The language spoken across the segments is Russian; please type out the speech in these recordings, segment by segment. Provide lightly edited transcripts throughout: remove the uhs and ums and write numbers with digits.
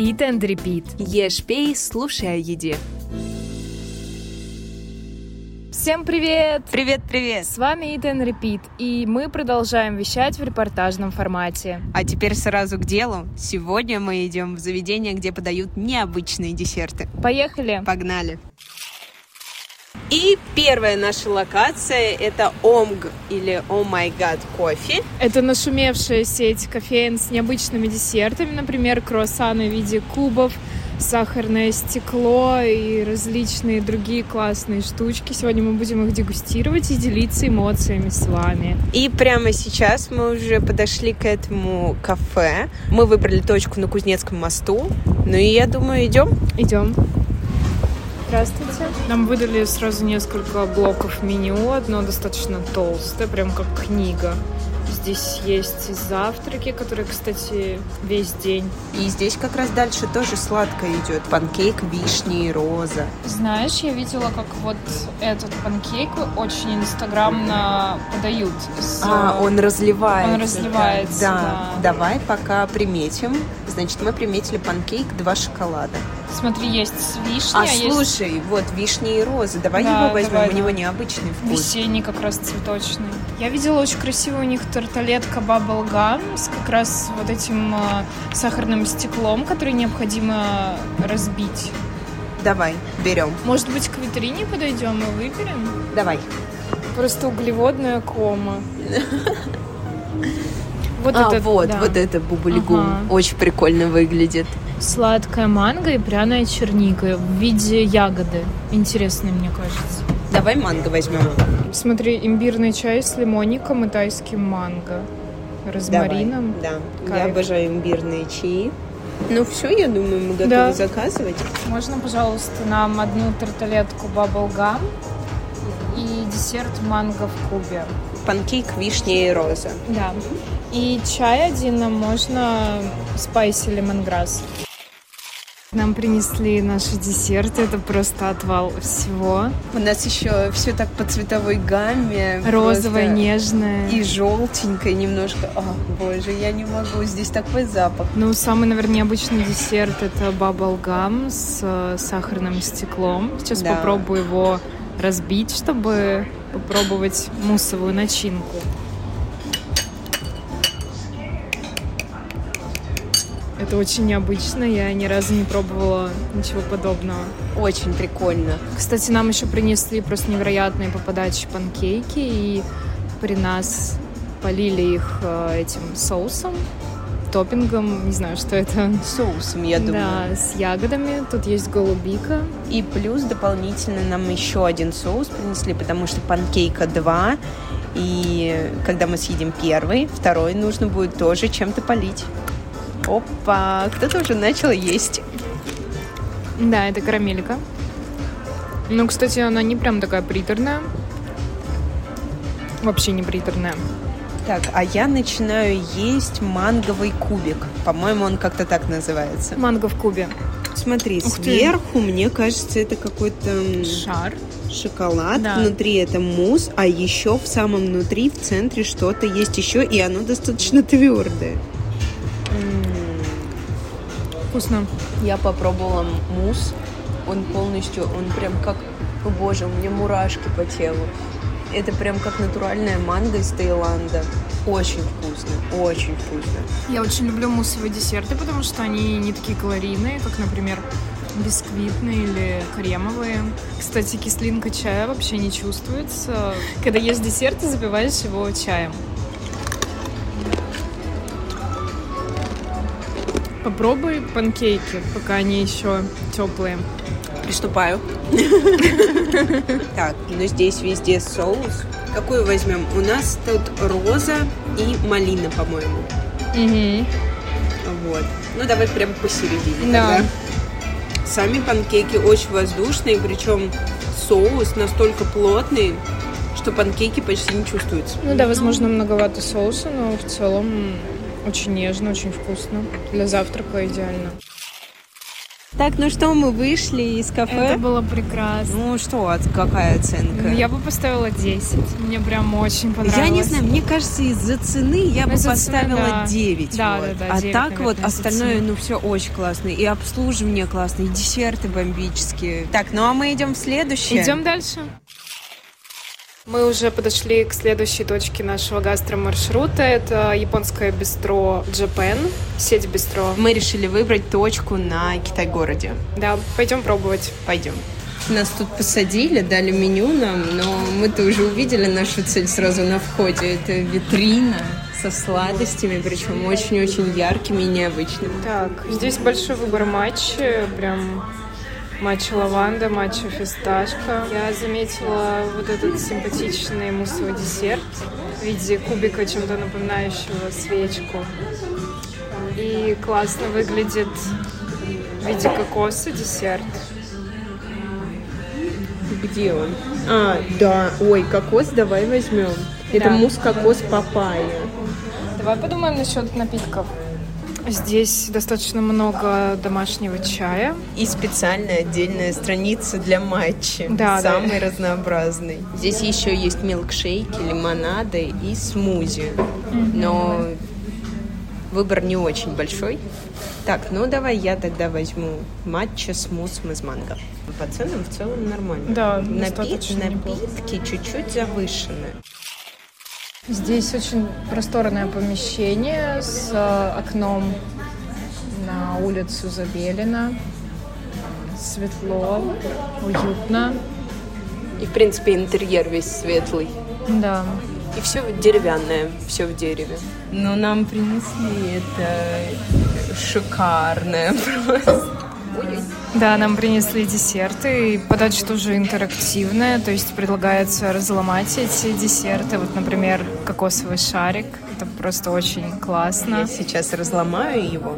Eat and Repeat. Ешь, пей, слушай о еде. Всем привет! Привет-привет! С вами Eat and Repeat, и мы продолжаем вещать в репортажном формате. А теперь сразу к делу. Сегодня мы идем в заведение, где подают необычные десерты. Поехали! Погнали! И первая наша локация – это Омг или Oh My God Coffee. Это нашумевшая сеть кофеен с необычными десертами, например, круассаны в виде кубов, сахарное стекло и различные другие классные штучки. Сегодня мы будем их дегустировать и делиться эмоциями с вами. И прямо сейчас мы уже подошли к этому кафе. Мы выбрали точку на Кузнецком мосту. Ну и я думаю, идем? Идем. Здравствуйте. Нам выдали сразу несколько блоков меню. Одно достаточно толстое, прям как книга. Здесь есть завтраки, которые, кстати, весь день. И здесь как раз дальше тоже сладкое идет. Панкейк, вишни и роза. Знаешь, я видела, как вот этот панкейк очень инстаграмно подают. Он разливается. Он разливается, да. Давай пока приметим. Значит, мы приметили панкейк 2 шоколада. Смотри, есть с вишней. Слушай, вот вишни и розы. Давай его возьмем, у него необычный вкус. Весенний, как раз цветочный. Я видела очень красивый у них тарталетка Bubble Gum с как раз вот этим сахарным стеклом, который необходимо разбить. Давай, берем. Может быть, к витрине подойдем и выберем? Давай. Просто углеводная кома. Вот это бублигум. Очень прикольно выглядит. Сладкая манго и пряная черника в виде ягоды. Интересно, мне кажется. Давай манго возьмем. Смотри, имбирный чай с лимонником и тайским манго. Розмарином. Давай, да. Кайф. Я обожаю имбирные чаи. Ну все, я думаю, мы готовы заказывать. Можно, пожалуйста, нам одну тарталетку Bubble Gum и десерт манго в кубе. Панкейк, вишня и роза. Да. И чай один нам можно spicy lemongrass. Нам принесли наши десерты, это просто отвал всего. У нас еще все так по цветовой гамме. Розовое, нежное. И желтенькое немножко. О, боже, я не могу, здесь такой запах. Ну, самый, наверное, необычный десерт — это Bubble Gum с сахарным стеклом. Сейчас попробую его разбить, чтобы попробовать муссовую начинку. Это очень необычно, я ни разу не пробовала ничего подобного. Очень прикольно. Кстати, нам еще принесли просто невероятные по подаче панкейки, и при нас полили их этим соусом, топпингом, не знаю, что это. Соусом, я думаю. Да, с ягодами, тут есть голубика. И плюс дополнительно нам еще один соус принесли, потому что панкейка 2, и когда мы съедим первый, второй нужно будет тоже чем-то полить. Опа, кто-то уже начал есть. Да, это карамелька. Ну, кстати, она не прям такая приторная. Вообще не приторная. Так, а я начинаю есть манговый кубик. По-моему, он как-то так называется. Манго в кубе. Смотри, сверху, мне кажется, это какой-то шар. Шоколад. Да. Внутри это мусс, а еще в самом внутри, в центре что-то есть еще, и оно достаточно твердое. Вкусно. Я попробовала мусс. Он прям как... О боже, у меня мурашки по телу. Это прям как натуральная манго из Таиланда. Очень вкусно, очень вкусно. Я очень люблю муссовые десерты, потому что они не такие калорийные, как, например, бисквитные или кремовые. Кстати, кислинка чая вообще не чувствуется. Когда ешь десерт, ты запиваешь его чаем. Попробуй панкейки, пока они еще теплые. Приступаю. Так, ну здесь везде соус. Какой возьмем? У нас тут роза и малина, по-моему. Вот. Ну давай прям посередине. Да. Тогда. Сами панкейки очень воздушные, причем соус настолько плотный, что панкейки почти не чувствуются. Ну да, возможно, многовато соуса, но в целом очень нежно, очень вкусно. Для завтрака идеально. Так, ну что, мы вышли из кафе. Это было прекрасно. Ну что, какая оценка? Я бы поставила 10. Мне прям очень понравилось. Я не знаю, мне кажется, из-за цены я бы поставила 9. Да, вот. да, а 9, так наверное, вот остальное, ну все очень классно. И обслуживание классное, и десерты бомбические. Так, ну а мы идем в следующее. Идем дальше. Мы уже подошли к следующей точке нашего гастромаршрута. Это японское бистро Japan, сеть бистро. Мы решили выбрать точку на Китай-городе. Да, пойдем пробовать. Пойдем. Нас тут посадили, дали меню нам, но мы-то уже увидели нашу цель сразу на входе. Это витрина со сладостями, причем очень-очень яркими и необычными. Так, здесь большой выбор матчи, прям... Матча лаванда, матча фисташка. Я заметила вот этот симпатичный муссовый десерт в виде кубика, чем-то напоминающего свечку. И классно выглядит в виде кокоса десерт. Где он? А, да. Ой, кокос давай возьмем. Это мусс-кокос папайя. Давай подумаем насчет напитков. Здесь достаточно много домашнего чая. И специальная отдельная страница для матчи. Да, самый разнообразный. Здесь еще есть милкшейки, лимонады и смузи. Но выбор не очень большой. Так, ну давай я тогда возьму матча с муссом из манго. По ценам в целом нормально. Да, напитки чуть-чуть завышены. Здесь очень просторное помещение с окном на улицу Забелина. Светло, уютно. И, в принципе, интерьер весь светлый. Да. И все деревянное, все в дереве. Но нам принесли это шикарное просто. Да, нам принесли десерты, и подача тоже интерактивная, то есть предлагается разломать эти десерты. Вот, например, кокосовый шарик. Это просто очень классно. Я сейчас разломаю его.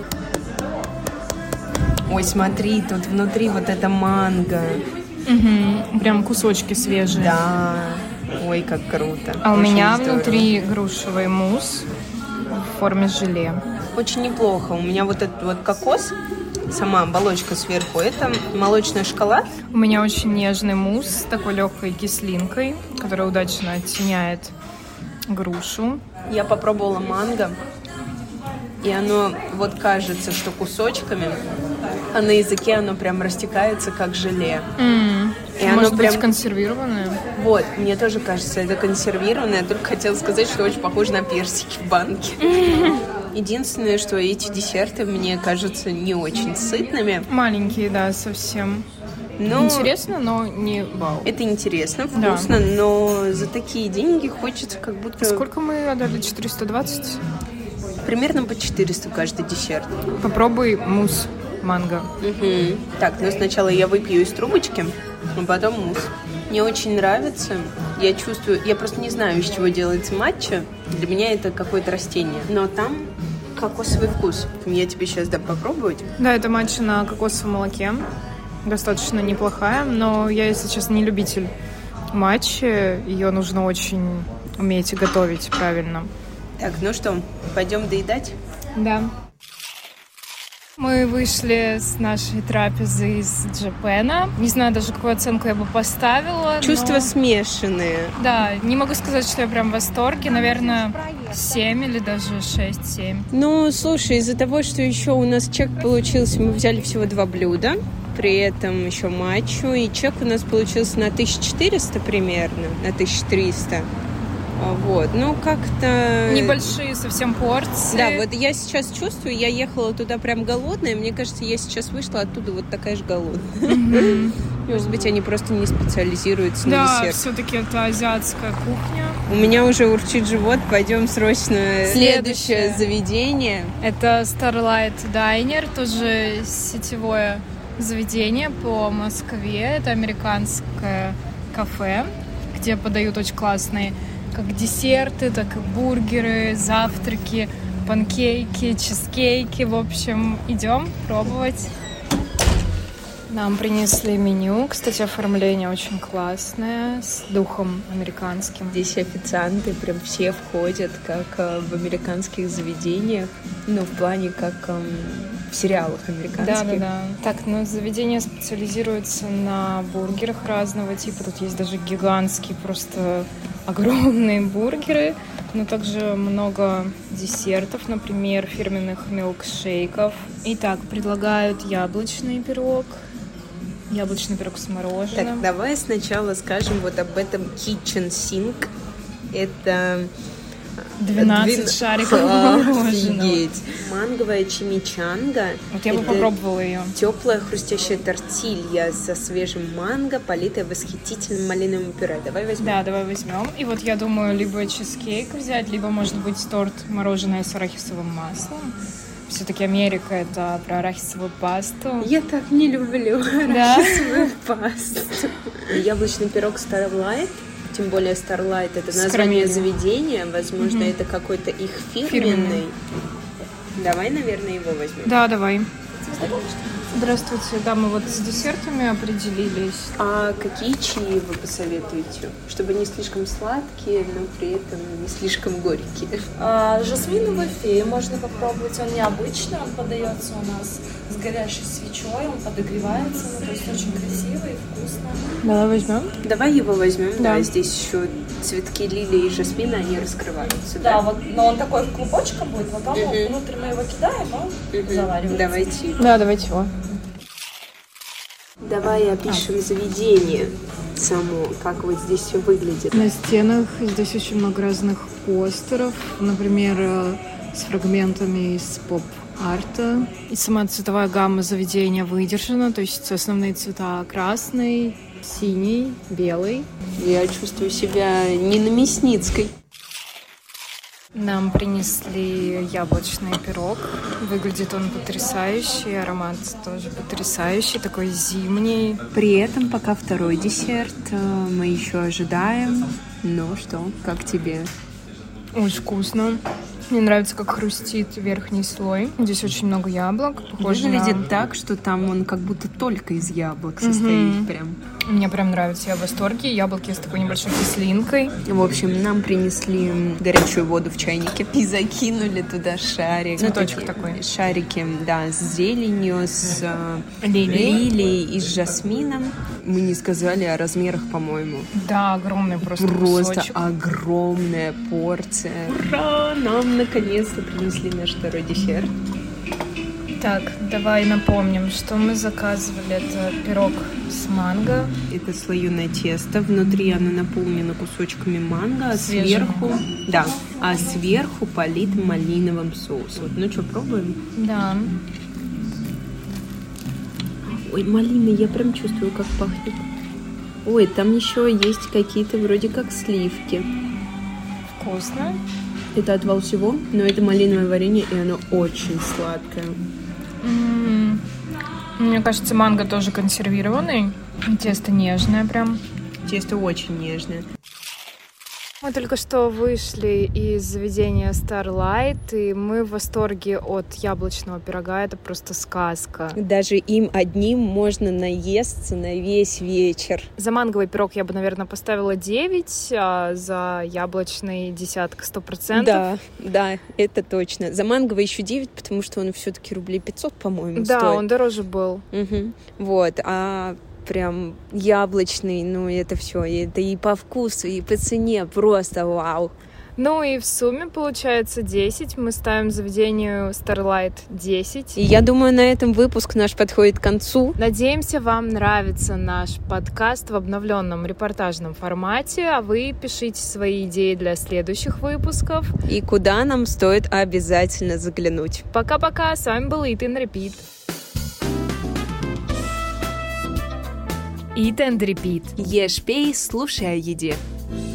Ой, смотри, тут внутри вот это манго. Угу, прям кусочки свежие. Да. Ой, как круто. А у меня здорово. внутри грушевый мусс в форме желе. Очень неплохо. У меня вот этот вот кокос, сама оболочка сверху, это молочный шоколад. У меня очень нежный мусс с такой легкой кислинкой, которая удачно оттеняет грушу. Я попробовала манго, и оно вот кажется, что кусочками, а на языке оно прям растекается, как желе. И Может оно быть, прям консервированное? Вот, мне тоже кажется, это консервированное. Я только хотела сказать, что очень похоже на персики в банке. Единственное, что эти десерты мне кажутся не очень сытными. Маленькие, да, совсем. Но интересно, но не вау. это интересно, вкусно, да. Но за такие деньги хочется как будто... Сколько мы отдали? 420? Примерно по 400 каждый десерт. Попробуй мусс манго. Угу. Так, ну сначала я выпью из трубочки, а потом мусс. Мне очень нравится. Я чувствую... Я просто не знаю, из чего делается матча. Для меня это какое-то растение. Но там кокосовый вкус. Я тебе сейчас дам попробовать. Да, это матча на кокосовом молоке. Достаточно неплохая, но я, если честно, не любитель матчи. Ее нужно очень уметь готовить правильно. Так, ну что, пойдем доедать? Да. Мы вышли с нашей трапезы из Джапена. Не знаю даже, какую оценку я бы поставила. Чувства смешанные. Да, не могу сказать, что я прям в восторге. Наверное, 7 или даже 6-7. Ну, слушай, из-за того, что еще у нас чек получился, мы взяли всего 2 блюда. При этом еще матчу. И чек у нас получился на 1400 примерно, на 1300. Вот, ну как-то... Небольшие совсем порции. Да, вот я сейчас чувствую, я ехала туда прям голодная, мне кажется, я сейчас вышла оттуда вот такая же голодная. Mm-hmm. Может быть, они просто не специализируются на десерт. Да, все-таки это азиатская кухня. У меня уже урчит живот, пойдем срочно. Следующее заведение. Это Starlight Diner, тоже сетевое заведение по Москве. Это американское кафе, где подают очень классные как десерты, так и бургеры, завтраки, панкейки, чизкейки. В общем, идем пробовать. Нам принесли меню. Кстати, оформление очень классное, с духом американским. Здесь официанты прям все входят, как в американских заведениях. Ну, в плане, как в сериалах американских. Да. Так, заведение специализируется на бургерах разного типа. Тут есть даже гигантские, просто огромные бургеры. Но также много десертов, например, фирменных милкшейков. Итак, предлагают яблочный пирог с мороженым. Так, давай сначала скажем вот об этом Kitchen Sink. Это 12 шариков мороженого. Офигеть. Манговая чимичанга. Вот я бы попробовала ее. Теплая хрустящая тортилья со свежим манго, политая восхитительным малиновым пюре. Давай возьмем. Да, давай возьмем. И вот я думаю, либо чизкейк взять, либо, может быть, торт мороженое с арахисовым маслом. Все-таки Америка — это про арахисовую пасту. Я так не люблю арахисовую пасту. Яблочный пирог Starlight. Тем более Starlight — это название заведения. Возможно, это какой-то их фирменный. Давай, наверное, его возьмем. Да, давай. Здравствуйте. Да, мы вот с десертами определились. А какие чаи вы посоветуете? Чтобы не слишком сладкие, но при этом не слишком горькие. Жасминовый фея можно попробовать. Он необычный, он подается у нас с горящей свечой, он подогревается, то есть очень красиво и вкусно. Давай возьмем. Давай его возьмем. Да. Здесь еще цветки лилии и жасмина, они раскрываются. Да, вот, но он такой клубочком будет, потом внутрь мы его кидаем, он заваривается. Давайте. Да, давайте его. Давай опишем заведение само, как вот здесь все выглядит. На стенах здесь очень много разных постеров, например, с фрагментами из поп-арта. И сама цветовая гамма заведения выдержана, то есть основные цвета красный, синий, белый. Я чувствую себя не на Мясницкой. Нам принесли яблочный пирог. Выглядит он потрясающе, аромат тоже потрясающий, такой зимний. При этом пока второй десерт мы еще ожидаем. Ну что, как тебе? Очень вкусно. Мне нравится, как хрустит верхний слой. Здесь очень много яблок. Выглядит так, что там он как будто только из яблок состоит прям. Мне прям нравится, я в восторге. Яблоки с такой небольшой кислинкой. В общем, нам принесли горячую воду в чайнике и закинули туда шарик. Цветочек такой. Шарики, да, с зеленью, с лилией и с жасмином. Мы не сказали о размерах, по-моему. Да, огромный просто кусочек. Огромная порция. Ура! Нам наконец-то принесли наш второй десерт. Так, давай напомним, что мы заказывали. Это пирог с манго. Это слоеное тесто. Внутри оно наполнено кусочками манго, а сверху полит малиновым соусом. Ну что, пробуем? Да. Ой, малина, я прям чувствую, как пахнет. Ой, там еще есть какие-то вроде как сливки. Вкусно. Это отвал всего, но это малиновое варенье, и оно очень сладкое. Мне кажется, манго тоже консервированный. Тесто нежное прям. Тесто очень нежное. Мы только что вышли из заведения Starlight, и мы в восторге от яблочного пирога. Это просто сказка. Даже им одним можно наесться на весь вечер. За манговый пирог я бы, наверное, поставила 9, а за яблочный 10 100%. Да, это точно. За манговый еще 9, потому что он все-таки рублей 500, по-моему, да, стоит. Он дороже был. Вот, а прям яблочный, ну это все, это и по вкусу, и по цене просто вау. Ну и в сумме получается 10. Мы ставим заведению Starlight 10. И я думаю, на этом выпуск наш подходит к концу. Надеемся, вам нравится наш подкаст в обновленном репортажном формате, а вы пишите свои идеи для следующих выпусков. И куда нам стоит обязательно заглянуть. Пока-пока, с вами был Eat and Repeat. Eat and Repeat. Ешь, пей, слушай о еде.